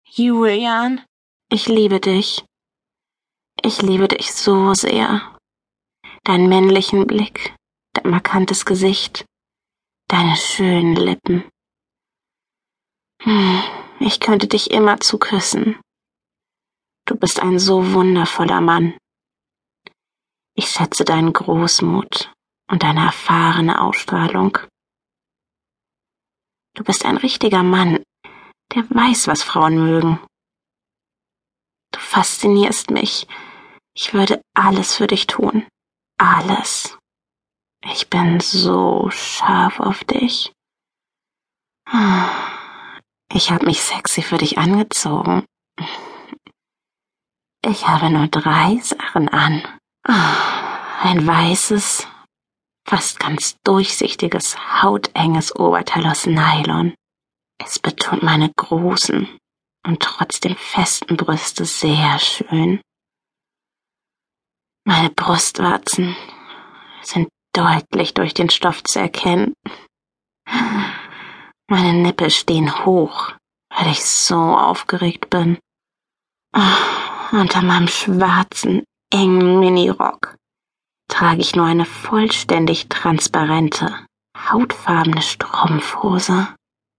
Julian, ich liebe dich. Ich liebe dich so sehr. Deinen männlichen Blick, dein markantes Gesicht, deine schönen Lippen. Ich könnte dich immerzu küssen. Du bist ein so wundervoller Mann. Ich schätze deinen Großmut und deine erfahrene Ausstrahlung. Du bist ein richtiger Mann, der weiß, was Frauen mögen. Du faszinierst mich. Ich würde alles für dich tun. Alles. Ich bin so scharf auf dich. Ich habe mich sexy für dich angezogen. Ich habe nur 3 Sachen an. Ein weißes, fast ganz durchsichtiges, hautenges Oberteil aus Nylon. Es betont meine großen und trotzdem festen Brüste sehr schön. Meine Brustwarzen sind deutlich durch den Stoff zu erkennen. Meine Nippel stehen hoch, weil ich so aufgeregt bin. Unter meinem schwarzen, engen Minirock trage ich nur eine vollständig transparente, hautfarbene Strumpfhose.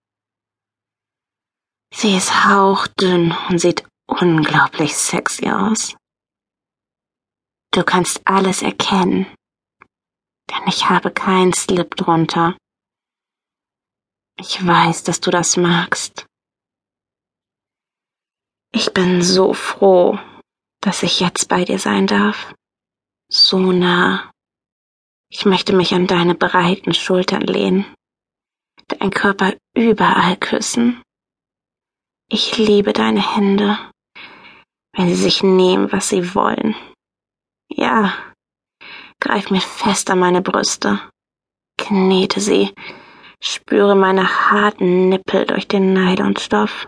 Sie ist hauchdünn und sieht unglaublich sexy aus. Du kannst alles erkennen, denn ich habe keinen Slip drunter. Ich weiß, dass du das magst. Ich bin so froh, dass ich jetzt bei dir sein darf. So nah. Ich möchte mich an deine breiten Schultern lehnen, deinen Körper überall küssen. Ich liebe deine Hände, wenn sie sich nehmen, was sie wollen. Ja, greif mir fest an meine Brüste, knete sie, spüre meine harten Nippel durch den Nylonstoff.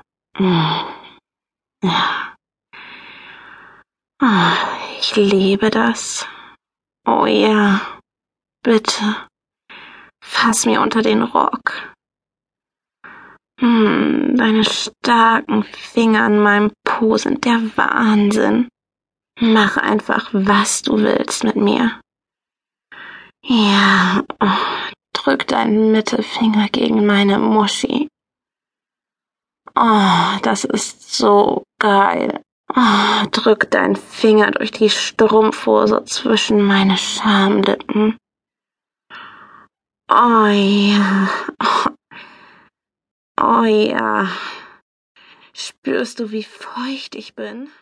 Ja. Ich liebe das. Oh ja, bitte, fass mir unter den Rock. Deine starken Finger an meinem Po sind der Wahnsinn. Mach einfach, was du willst mit mir. Ja, drück deinen Mittelfinger gegen meine Muschi. Oh, das ist so geil. Oh, drück deinen Finger durch die Strumpfhose zwischen meine Schamlippen. Oh ja. Oh ja. Spürst du, wie feucht ich bin?